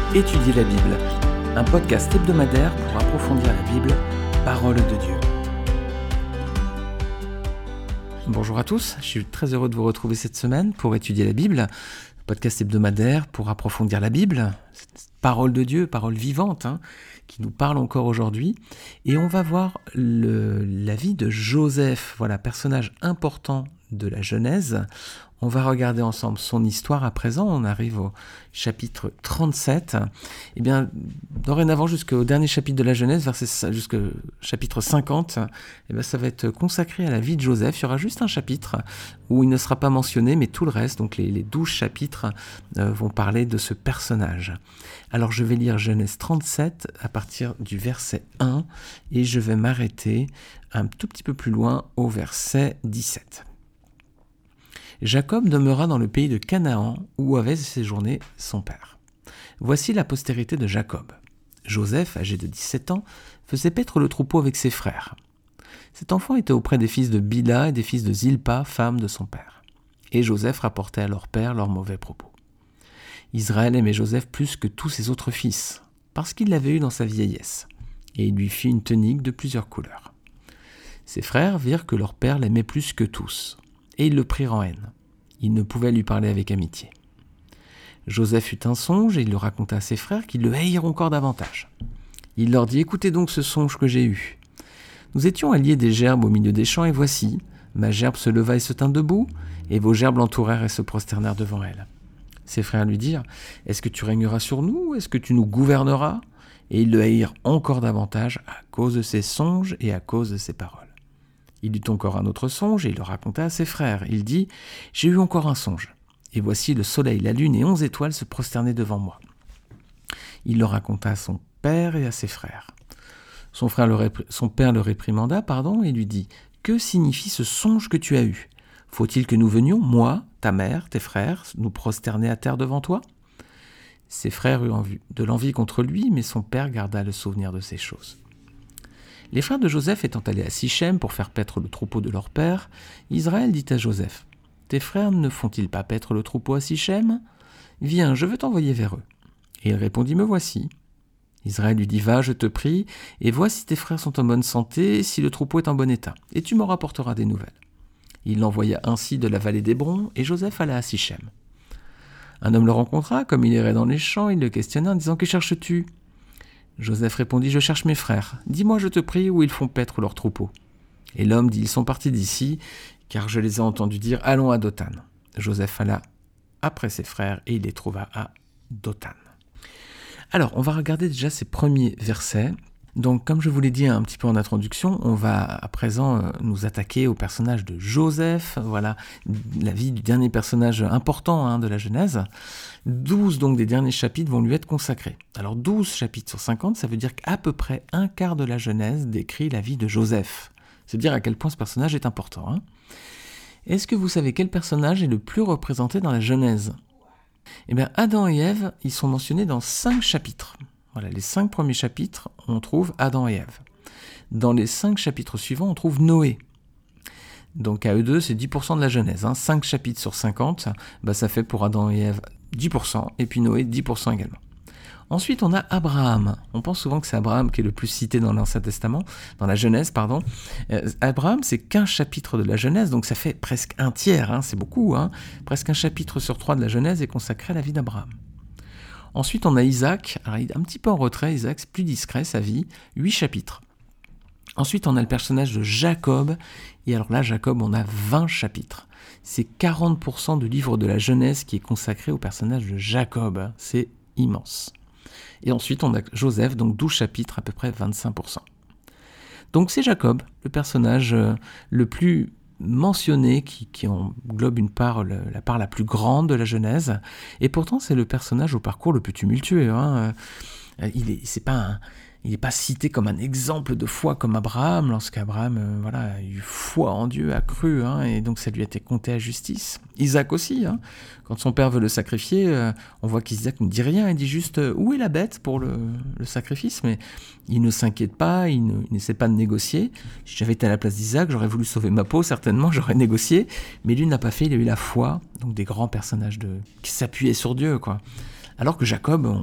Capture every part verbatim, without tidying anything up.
Étudier la Bible, un podcast hebdomadaire pour approfondir la Bible, parole de Dieu. Bonjour à tous, je suis très heureux de vous retrouver cette semaine pour étudier la Bible, podcast hebdomadaire pour approfondir la Bible, cette parole de Dieu, parole vivante, hein, qui nous parle encore aujourd'hui. Et on va voir le, la vie de Joseph, voilà, personnage important de la Genèse. On va regarder ensemble son histoire à présent. On arrive au chapitre trente-sept. Eh bien, dorénavant, jusqu'au dernier chapitre de la Genèse, verset jusqu'au chapitre cinquante, eh bien, ça va être consacré à la vie de Joseph. Il y aura juste un chapitre où il ne sera pas mentionné, mais tout le reste, donc les, les douze chapitres, euh, vont parler de ce personnage. Alors, je vais lire Genèse trente-sept à partir du verset un et je vais m'arrêter un tout petit peu plus loin au verset dix-sept. Jacob demeura dans le pays de Canaan où avait séjourné son père. Voici la postérité de Jacob. Joseph, âgé de dix-sept ans, faisait paître le troupeau avec ses frères. Cet enfant était auprès des fils de Bila et des fils de Zilpa, femme de son père. Et Joseph rapportait à leur père leurs mauvais propos. Israël aimait Joseph plus que tous ses autres fils, parce qu'il l'avait eu dans sa vieillesse, et il lui fit une tunique de plusieurs couleurs. Ses frères virent que leur père l'aimait plus que tous, et ils le prirent en haine. Ils ne pouvaient lui parler avec amitié. Joseph eut un songe et il le raconta à ses frères qui le haïrent encore davantage. Il leur dit « Écoutez donc ce songe que j'ai eu. Nous étions alliés des gerbes au milieu des champs et voici, ma gerbe se leva et se tint debout, et vos gerbes l'entourèrent et se prosternèrent devant elle. » Ses frères lui dirent « Est-ce que tu régneras sur nous? Est-ce que tu nous gouverneras ?» Et ils le haïrent encore davantage à cause de ses songes et à cause de ses paroles. Il eut encore un autre songe et il le raconta à ses frères. Il dit « J'ai eu encore un songe, et voici le soleil, la lune et onze étoiles se prosternaient devant moi. » Il le raconta à son père et à ses frères. Son, frère le répri- son père le réprimanda pardon, et lui dit « Que signifie ce songe que tu as eu? Faut-il que nous venions, moi, ta mère, tes frères, nous prosterner à terre devant toi ?» Ses frères eurent envie- de l'envie contre lui, mais son père garda le souvenir de ces choses. Les frères de Joseph étant allés à Sichem pour faire paître le troupeau de leur père, Israël dit à Joseph « Tes frères ne font-ils pas paître le troupeau à Sichem? Viens, je veux t'envoyer vers eux. » Et il répondit « Me voici. » Israël lui dit « Va, je te prie, et vois si tes frères sont en bonne santé, si le troupeau est en bon état, et tu m'en rapporteras des nouvelles. » Il l'envoya ainsi de la vallée d'Hébron, et Joseph alla à Sichem. Un homme le rencontra, comme il errait dans les champs, il le questionna en disant « Que cherches-tu » Joseph répondit « Je cherche mes frères. Dis-moi, je te prie, où ils font paître leurs troupeaux. » Et l'homme dit « Ils sont partis d'ici, car je les ai entendus dire « Allons à Dothan. » Joseph alla après ses frères et il les trouva à Dothan. Alors, on va regarder déjà ces premiers versets. Donc, comme je vous l'ai dit un petit peu en introduction, on va à présent euh, nous attaquer au personnage de Joseph, voilà, la vie du dernier personnage important hein, de la Genèse. douze donc des derniers chapitres vont lui être consacrés. Alors douze chapitres sur cinquante, ça veut dire qu'à peu près un quart de la Genèse décrit la vie de Joseph. C'est dire à quel point ce personnage est important. Hein. Est-ce que vous savez quel personnage est le plus représenté dans la Genèse ? Eh bien, Adam et Ève, ils sont mentionnés dans cinq chapitres. Voilà, les cinq premiers chapitres, on trouve Adam et Ève. Dans les cinq chapitres suivants, on trouve Noé. Donc à eux deux, c'est dix pour cent de la Genèse. Hein. cinq chapitres sur cinquante, bah, ça fait pour Adam et Ève dix pour cent, et puis Noé dix pour cent également. Ensuite, on a Abraham. On pense souvent que c'est Abraham qui est le plus cité dans l'Ancien Testament, dans la Genèse, pardon. Euh, Abraham, c'est quinze chapitres de la Genèse, donc ça fait presque un tiers, hein, c'est beaucoup. Hein. Presque un chapitre sur trois de la Genèse est consacré à la vie d'Abraham. Ensuite, on a Isaac. Alors, il est un petit peu en retrait, Isaac, c'est plus discret, sa vie. huit chapitres. Ensuite, on a le personnage de Jacob. Et alors là, Jacob, on a vingt chapitres. C'est quarante pour cent du livre de la Genèse qui est consacré au personnage de Jacob. C'est immense. Et ensuite, on a Joseph, donc douze chapitres, à peu près vingt-cinq pour cent. Donc c'est Jacob, le personnage le plus mentionné, qui, qui englobe une part, le, la part la plus grande de la Genèse. Et pourtant, c'est le personnage au parcours le plus tumultueux. Hein. Il est, c'est pas un... Il n'est pas cité comme un exemple de foi comme Abraham, lorsqu'Abraham euh, voilà, a eu foi en Dieu, a cru, hein, et donc ça lui a été compté à justice. Isaac aussi, hein, quand son père veut le sacrifier, euh, on voit qu'Isaac ne dit rien, il dit juste euh, où est la bête pour le, le sacrifice, mais il ne s'inquiète pas, il, ne, il n'essaie pas de négocier. Si j'avais été à la place d'Isaac, j'aurais voulu sauver ma peau, certainement, j'aurais négocié, mais lui n'a pas fait, il a eu la foi, donc des grands personnages de, qui s'appuyaient sur Dieu, quoi. Alors que Jacob, on,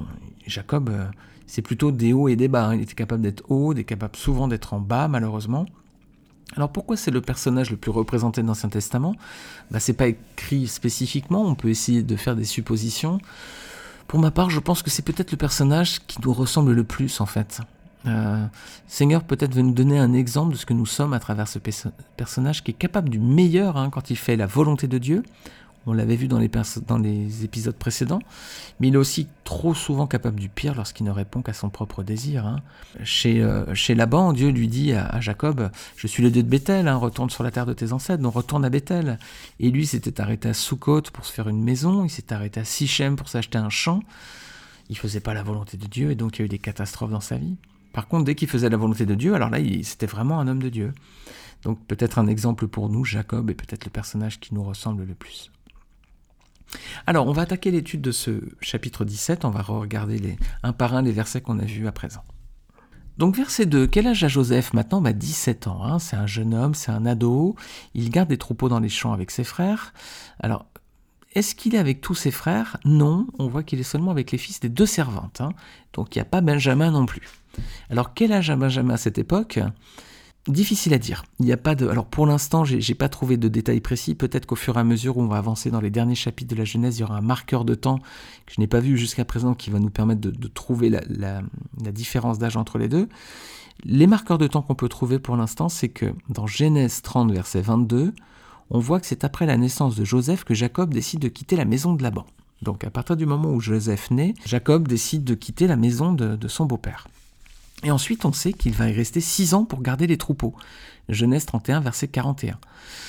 Jacob, euh, c'est plutôt des hauts et des bas. Hein. Il était capable d'être haut, il est capable souvent d'être en bas, malheureusement. Alors pourquoi c'est le personnage le plus représenté dans l'Ancien Testament ? Bah, c'est pas écrit spécifiquement, on peut essayer de faire des suppositions. Pour ma part, je pense que c'est peut-être le personnage qui nous ressemble le plus, en fait. Euh, Seigneur peut-être veut nous donner un exemple de ce que nous sommes à travers ce perso- personnage qui est capable du meilleur hein, quand il fait la volonté de Dieu. On l'avait vu dans les, perso- dans les épisodes précédents, mais il est aussi trop souvent capable du pire lorsqu'il ne répond qu'à son propre désir. Hein. Chez, euh, chez Laban, Dieu lui dit à, à Jacob, « Je suis le Dieu de Béthel, hein, retourne sur la terre de tes ancêtres, donc retourne à Béthel. » Et lui s'était arrêté à Sukkot pour se faire une maison, il s'était arrêté à Sichem pour s'acheter un champ. Il ne faisait pas la volonté de Dieu et donc il y a eu des catastrophes dans sa vie. Par contre, dès qu'il faisait la volonté de Dieu, alors là, il, c'était vraiment un homme de Dieu. Donc peut-être un exemple pour nous, Jacob est peut-être le personnage qui nous ressemble le plus. Alors, on va attaquer l'étude de ce chapitre dix-sept, on va regarder les, un par un les versets qu'on a vus à présent. Donc verset deux, quel âge a Joseph maintenant ? Bah, dix-sept ans, hein. C'est un jeune homme, c'est un ado, il garde des troupeaux dans les champs avec ses frères. Alors, est-ce qu'il est avec tous ses frères ? Non, on voit qu'il est seulement avec les fils des deux servantes, hein. Donc il n'y a pas Benjamin non plus. Alors quel âge a Benjamin à cette époque ? Difficile à dire. Il n'y a pas de. Alors pour l'instant, j'ai, j'ai pas trouvé de détails précis. Peut-être qu'au fur et à mesure où on va avancer dans les derniers chapitres de la Genèse, il y aura un marqueur de temps que je n'ai pas vu jusqu'à présent qui va nous permettre de, de trouver la, la, la différence d'âge entre les deux. Les marqueurs de temps qu'on peut trouver pour l'instant, c'est que dans Genèse trente, verset vingt-deux, on voit que c'est après la naissance de Joseph que Jacob décide de quitter la maison de Laban. Donc à partir du moment où Joseph naît, Jacob décide de quitter la maison de, de son beau-père. Et ensuite, on sait qu'il va y rester six ans pour garder les troupeaux. Genèse trente et un, verset quarante et un.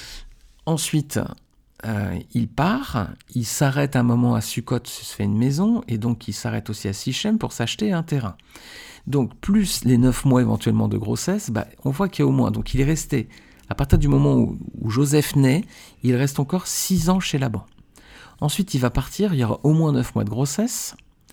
Ensuite, euh, il part, il s'arrête un moment à Sukkot, se fait une maison, et donc il s'arrête aussi à Sichem pour s'acheter un terrain. Donc, plus les neuf mois éventuellement de grossesse, bah, on voit qu'il y a au moins, donc il est resté, à partir du moment où, où Joseph naît, il reste encore six ans chez Laban. Ensuite, il va partir, il y aura au moins neuf mois de grossesse.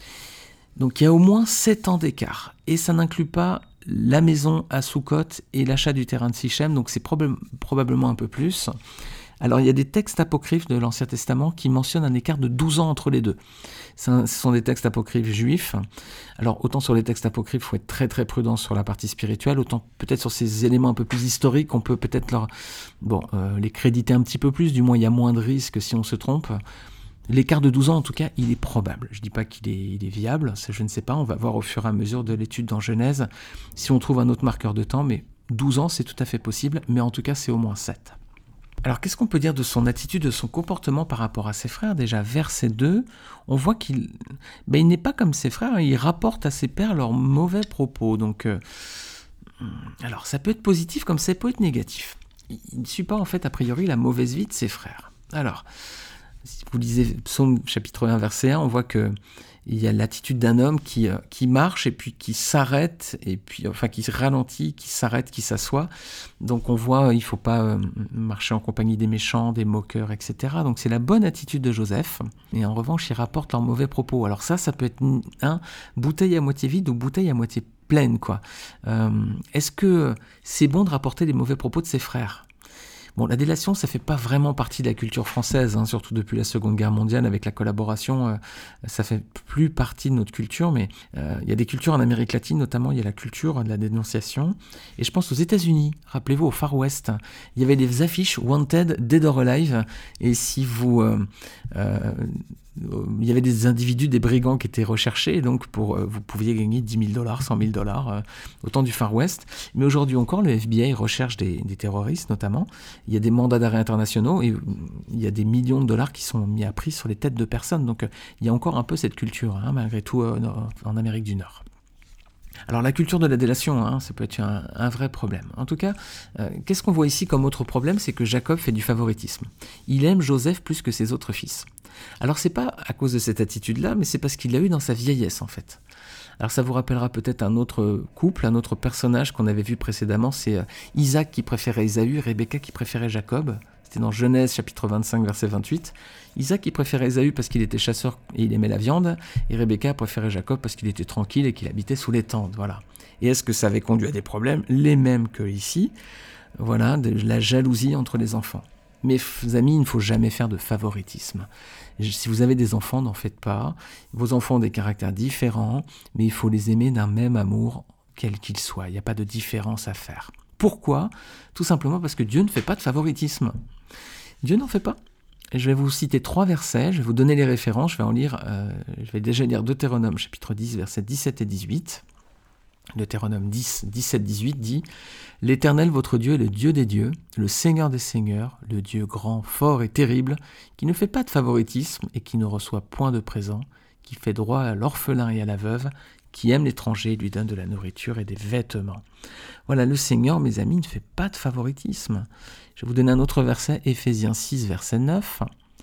Donc il y a au moins sept ans d'écart. Et ça n'inclut pas la maison à Sukkot et l'achat du terrain de Sichem, donc c'est prob- probablement un peu plus. Alors il y a des textes apocryphes de l'Ancien Testament qui mentionnent un écart de douze ans entre les deux. Un, ce sont des textes apocryphes juifs. Alors autant sur les textes apocryphes, il faut être très très prudent sur la partie spirituelle, autant peut-être sur ces éléments un peu plus historiques, on peut peut-être leur, bon, euh, les créditer un petit peu plus, du moins il y a moins de risques si on se trompe. L'écart de douze ans, en tout cas, il est probable. Je ne dis pas qu'il est, il est viable, ça, je ne sais pas. On va voir au fur et à mesure de l'étude dans Genèse si on trouve un autre marqueur de temps, mais douze ans, c'est tout à fait possible, mais en tout cas, c'est au moins sept. Alors, qu'est-ce qu'on peut dire de son attitude, de son comportement par rapport à ses frères ? Déjà, verset deux, on voit qu'il ben, il n'est pas comme ses frères, il rapporte à ses pères leurs mauvais propos. Donc, euh, alors, ça peut être positif comme ça peut être négatif. Il ne suit pas, en fait, a priori, la mauvaise vie de ses frères. Alors... Si vous lisez Psaume chapitre un, verset un, on voit qu'il y a l'attitude d'un homme qui, euh, qui marche et puis qui s'arrête, et puis, enfin qui ralentit, qui s'arrête, qui s'assoit. Donc on voit qu'il ne faut pas euh, marcher en compagnie des méchants, des moqueurs, et cetera. Donc c'est la bonne attitude de Joseph. Et en revanche, il rapporte leurs mauvais propos. Alors ça, ça peut être un hein, bouteille à moitié vide ou bouteille à moitié pleine, quoi. Euh, est-ce que c'est bon de rapporter les mauvais propos de ses frères ? Bon, la délation, ça fait pas vraiment partie de la culture française, hein, surtout depuis la Seconde Guerre mondiale avec la collaboration, euh, ça fait plus partie de notre culture, mais euh, il y a des cultures en Amérique latine, notamment il y a la culture de la dénonciation, et je pense aux États-Unis, rappelez-vous au Far West, il y avait des affiches Wanted, Dead or Alive, et si vous... Euh, euh, il y avait des individus, des brigands qui étaient recherchés, donc pour, euh, vous pouviez gagner dix mille dollars, cent mille dollars euh, au temps du Far West. Mais aujourd'hui encore, le F B I recherche des, des terroristes notamment. Il y a des mandats d'arrêt internationaux et il y a des millions de dollars qui sont mis à prix sur les têtes de personnes. Donc euh, il y a encore un peu cette culture, hein, malgré tout, euh, en Amérique du Nord. Alors la culture de la délation, hein, ça peut être un, un vrai problème. En tout cas, euh, qu'est-ce qu'on voit ici comme autre problème ? C'est que Jacob fait du favoritisme. Il aime Joseph plus que ses autres fils. Alors c'est pas à cause de cette attitude-là, mais c'est parce qu'il l'a eu dans sa vieillesse en fait. Alors ça vous rappellera peut-être un autre couple, un autre personnage qu'on avait vu précédemment, c'est Isaac qui préférait Ésaü, Rebecca qui préférait Jacob. C'était dans Genèse chapitre vingt-cinq verset vingt-huit. Isaac qui préférait Ésaü parce qu'il était chasseur et il aimait la viande, et Rebecca préférait Jacob parce qu'il était tranquille et qu'il habitait sous les tentes. Voilà. Et est-ce que ça avait conduit à des problèmes ? Les mêmes que ici. Voilà, de la jalousie entre les enfants. Mes amis, il ne faut jamais faire de favoritisme. Si vous avez des enfants, n'en faites pas. Vos enfants ont des caractères différents, mais il faut les aimer d'un même amour, quel qu'il soit. Il n'y a pas de différence à faire. Pourquoi ? Tout simplement parce que Dieu ne fait pas de favoritisme. Dieu n'en fait pas. Et je vais vous citer trois versets, je vais vous donner les références, je vais en lire, euh, je vais déjà lire Deutéronome chapitre dix, versets dix-sept et dix-huit. Deutéronome dix, dix-sept, dix-huit dit « L'Éternel votre Dieu est le Dieu des dieux, le Seigneur des seigneurs, le Dieu grand, fort et terrible, qui ne fait pas de favoritisme et qui ne reçoit point de présent, qui fait droit à l'orphelin et à la veuve, qui aime l'étranger et lui donne de la nourriture et des vêtements. » Voilà, le Seigneur, mes amis, ne fait pas de favoritisme. Je vais vous donner un autre verset, Éphésiens six, verset neuf.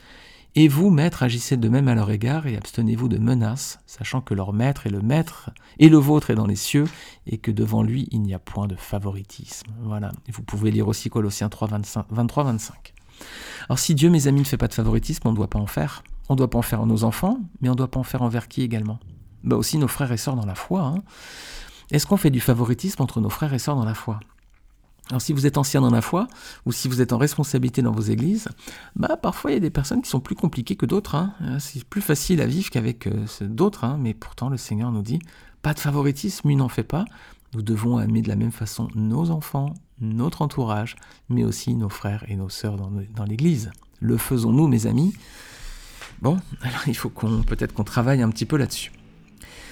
« Et vous, maîtres, agissez de même à leur égard et abstenez-vous de menaces, sachant que leur maître est le maître et le vôtre est dans les cieux et que devant lui, il n'y a point de favoritisme. » Voilà. Et vous pouvez lire aussi Colossiens trois, vingt-trois, vingt-cinq. Alors si Dieu, mes amis, ne fait pas de favoritisme, on ne doit pas en faire. On ne doit pas en faire à nos enfants, mais on ne doit pas en faire envers qui également ? Bah aussi nos frères et sœurs dans la foi. Hein. Est-ce qu'on fait du favoritisme entre nos frères et sœurs dans la foi ? Alors si vous êtes ancien dans la foi, ou si vous êtes en responsabilité dans vos églises, bah parfois il y a des personnes qui sont plus compliquées que d'autres. Hein. C'est plus facile à vivre qu'avec euh, d'autres, hein. Mais pourtant le Seigneur nous dit, pas de favoritisme, il n'en fait pas. Nous devons aimer de la même façon nos enfants, notre entourage, mais aussi nos frères et nos sœurs dans, dans l'église. Le faisons-nous, mes amis ? Bon, alors il faut qu'on, peut-être qu'on travaille un petit peu là-dessus. Pourquoi ?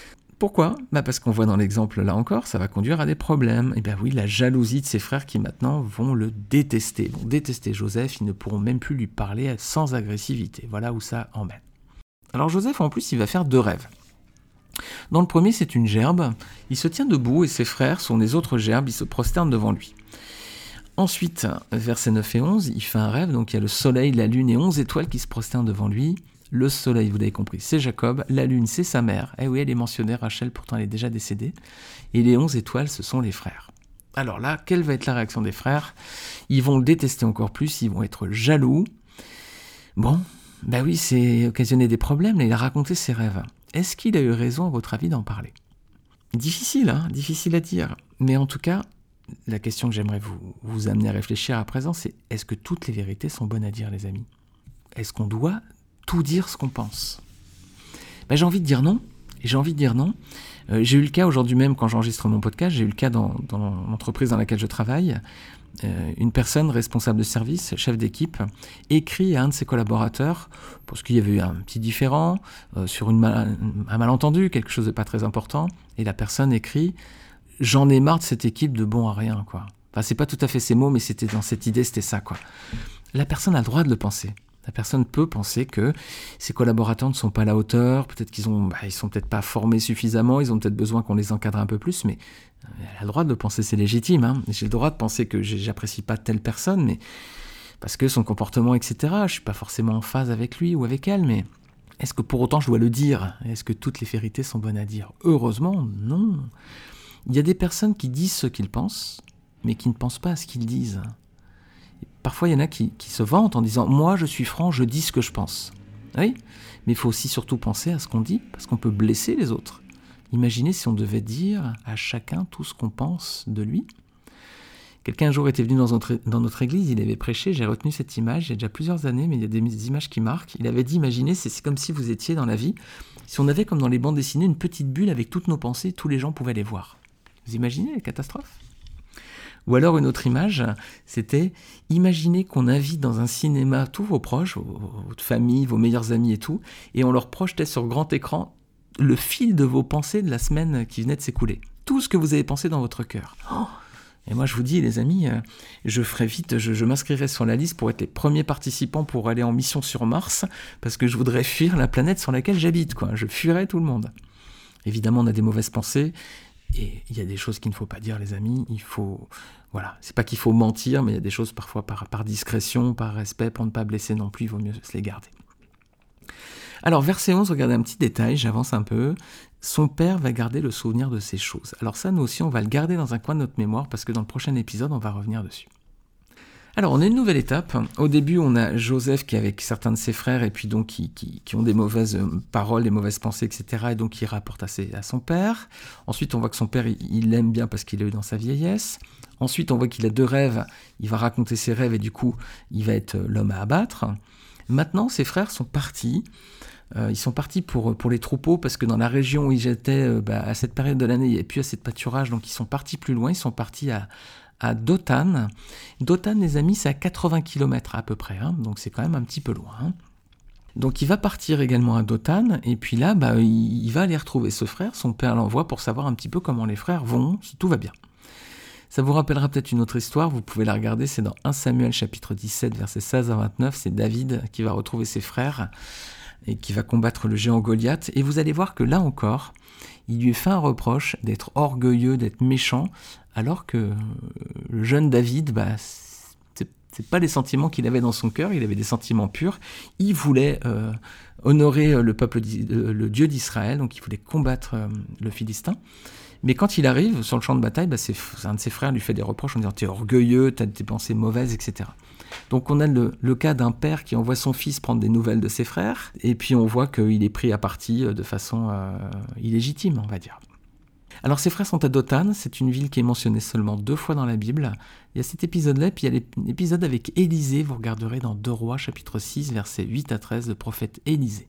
Bah parce qu'on voit dans l'exemple là encore, ça va conduire à des problèmes. Et bien oui, la jalousie de ses frères qui maintenant vont le détester, vont détester Joseph, ils ne pourront même plus lui parler sans agressivité. Voilà où ça emmène. Alors Joseph, en plus, il va faire deux rêves. Dans le premier, c'est une gerbe, il se tient debout et ses frères sont les autres gerbes, ils se prosternent devant lui. Ensuite, versets neuf et onze, il fait un rêve, donc il y a le soleil, la lune et onze étoiles qui se prosternent devant lui. Le soleil, vous l'avez compris, c'est Jacob. La lune, c'est sa mère. Eh oui, elle est mentionnée, Rachel, pourtant elle est déjà décédée. Et les onze étoiles, ce sont les frères. Alors là, quelle va être la réaction des frères ? Ils vont le détester encore plus, ils vont être jaloux. Bon, bah oui, c'est occasionné des problèmes, là, il a raconté ses rêves. Est-ce qu'il a eu raison, à votre avis, d'en parler ? Difficile, hein, difficile à dire. Mais en tout cas, la question que j'aimerais vous, vous amener à réfléchir à présent, c'est est-ce que toutes les vérités sont bonnes à dire, les amis ? Est-ce qu'on doit tout dire ce qu'on pense ? Ben, j'ai envie de dire non, et j'ai envie de dire non. Euh, j'ai eu le cas aujourd'hui même, quand j'enregistre mon podcast, j'ai eu le cas dans, dans l'entreprise dans laquelle je travaille. Euh, une personne responsable de service, chef d'équipe, écrit à un de ses collaborateurs, parce qu'il y avait eu un petit différend, euh, sur une mal, un malentendu, quelque chose de pas très important, et la personne écrit « J'en ai marre de cette équipe de bon à rien », quoi. Enfin, c'est pas tout à fait ces mots, mais c'était dans cette idée, c'était ça, quoi. La personne a le droit de le penser. La personne peut penser que ses collaborateurs ne sont pas à la hauteur, peut-être qu'ils ont, bah, ils sont peut-être pas formés suffisamment, ils ont peut-être besoin qu'on les encadre un peu plus, mais elle a le droit de le penser, c'est légitime. Hein. J'ai le droit de penser que j'apprécie pas telle personne, mais parce que son comportement, et cetera, je suis pas forcément en phase avec lui ou avec elle, mais est-ce que pour autant je dois le dire ? Est-ce que toutes les vérités sont bonnes à dire ? Heureusement, non. Il y a des personnes qui disent ce qu'ils pensent, mais qui ne pensent pas à ce qu'ils disent. Parfois, il y en a qui, qui se vantent en disant « Moi, je suis franc, je dis ce que je pense. » Oui, mais il faut aussi surtout penser à ce qu'on dit, parce qu'on peut blesser les autres. Imaginez si on devait dire à chacun tout ce qu'on pense de lui. Quelqu'un un jour était venu dans notre, dans notre église, il avait prêché, j'ai retenu cette image, il y a déjà plusieurs années, mais il y a des images qui marquent. Il avait dit « Imaginez, c'est, c'est comme si vous étiez dans la vie, si on avait comme dans les bandes dessinées une petite bulle avec toutes nos pensées, tous les gens pouvaient les voir. » Vous imaginez les catastrophes ? Ou alors une autre image, c'était imaginez qu'on invite dans un cinéma tous vos proches, votre famille, vos meilleurs amis et tout, et on leur projetait sur grand écran le fil de vos pensées de la semaine qui venait de s'écouler. Tout ce que vous avez pensé dans votre cœur. Oh, et moi je vous dis les amis, je ferai vite, je, je m'inscrirai sur la liste pour être les premiers participants pour aller en mission sur Mars, parce que je voudrais fuir la planète sur laquelle j'habite, quoi. Je fuirais tout le monde. Évidemment on a des mauvaises pensées, et il y a des choses qu'il ne faut pas dire, les amis. Il faut, voilà, c'est pas qu'il faut mentir, mais il y a des choses parfois par, par discrétion, par respect, pour ne pas blesser non plus, il vaut mieux se les garder. Alors, verset onze, regardez un petit détail, j'avance un peu. Son père va garder le souvenir de ces choses. Alors ça, nous aussi, on va le garder dans un coin de notre mémoire, parce que dans le prochain épisode, on va revenir dessus. Alors, on a une nouvelle étape. Au début, on a Joseph qui est avec certains de ses frères et puis donc qui, qui, qui ont des mauvaises paroles, des mauvaises pensées, et cetera. Et donc, il rapporte à, ses, à son père. Ensuite, on voit que son père, il, il l'aime bien parce qu'il l'a eu dans sa vieillesse. Ensuite, on voit qu'il a deux rêves. Il va raconter ses rêves et du coup, il va être l'homme à abattre. Maintenant, ses frères sont partis. Euh, ils sont partis pour, pour les troupeaux parce que dans la région où ils étaient, euh, bah, à cette période de l'année, il n'y avait plus assez de pâturage. Donc, ils sont partis plus loin. Ils sont partis à... à Dothan. Dothan, les amis, c'est à quatre-vingts kilomètres à peu près, hein, donc c'est quand même un petit peu loin. Hein. Donc il va partir également à Dothan, et puis là, bah, il, il va aller retrouver ce frère, son père l'envoie pour savoir un petit peu comment les frères vont, si tout va bien. Ça vous rappellera peut-être une autre histoire, vous pouvez la regarder, c'est dans premier Samuel chapitre dix-sept, versets seize à vingt-neuf, c'est David qui va retrouver ses frères, et qui va combattre le géant Goliath, et vous allez voir que là encore, il lui fait un reproche d'être orgueilleux, d'être méchant, alors que le jeune David, bah, c'est, c'est pas les sentiments qu'il avait dans son cœur, il avait des sentiments purs. Il voulait euh, honorer le peuple, le Dieu d'Israël, donc il voulait combattre euh, le Philistin. Mais quand il arrive sur le champ de bataille, bah, c'est, un de ses frères lui fait des reproches en disant « t'es orgueilleux, t'as des pensées mauvaises, et cetera » Donc on a le, le cas d'un père qui envoie son fils prendre des nouvelles de ses frères, et puis on voit qu'il est pris à partie de façon euh, illégitime, on va dire. Alors ses frères sont à Dothan, c'est une ville qui est mentionnée seulement deux fois dans la Bible. Il y a cet épisode-là, et puis il y a l'épisode avec Élisée, vous regarderez dans deux Rois, chapitre six, versets huit à treize, le prophète Élisée.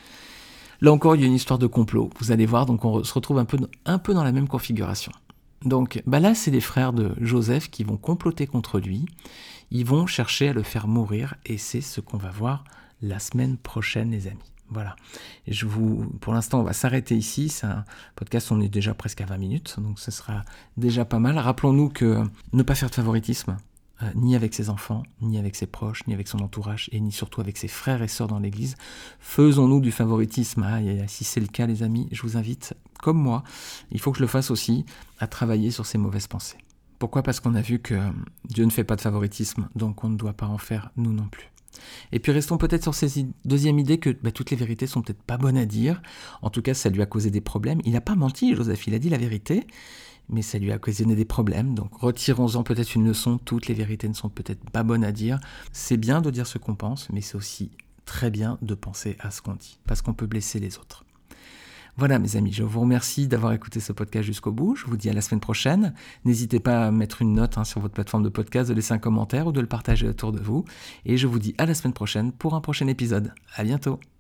Là encore, il y a une histoire de complot, vous allez voir, donc on se retrouve un peu, un peu dans la même configuration. Donc bah là, c'est les frères de Joseph qui vont comploter contre lui, ils vont chercher à le faire mourir, et c'est ce qu'on va voir la semaine prochaine, les amis. Voilà. Et je vous, pour l'instant, on va s'arrêter ici. C'est un podcast, on est déjà presque à vingt minutes, donc ce sera déjà pas mal. Rappelons-nous que ne pas faire de favoritisme, euh, ni avec ses enfants, ni avec ses proches, ni avec son entourage, et ni surtout avec ses frères et sœurs dans l'église. Faisons-nous du favoritisme. Ah, et si c'est le cas, les amis, je vous invite, comme moi, il faut que je le fasse aussi, à travailler sur ces mauvaises pensées. Pourquoi ? Parce qu'on a vu que Dieu ne fait pas de favoritisme, donc on ne doit pas en faire, nous non plus. Et puis restons peut-être sur cette deuxième idée que bah, toutes les vérités sont peut-être pas bonnes à dire. En tout cas, ça lui a causé des problèmes. Il n'a pas menti, Joseph, il a dit la vérité, mais ça lui a occasionné des problèmes. Donc retirons-en peut-être une leçon. Toutes les vérités ne sont peut-être pas bonnes à dire. C'est bien de dire ce qu'on pense, mais c'est aussi très bien de penser à ce qu'on dit, parce qu'on peut blesser les autres. Voilà mes amis, je vous remercie d'avoir écouté ce podcast jusqu'au bout. Je vous dis à la semaine prochaine. N'hésitez pas à mettre une note hein, sur votre plateforme de podcast, de laisser un commentaire ou de le partager autour de vous. Et je vous dis à la semaine prochaine pour un prochain épisode. À bientôt.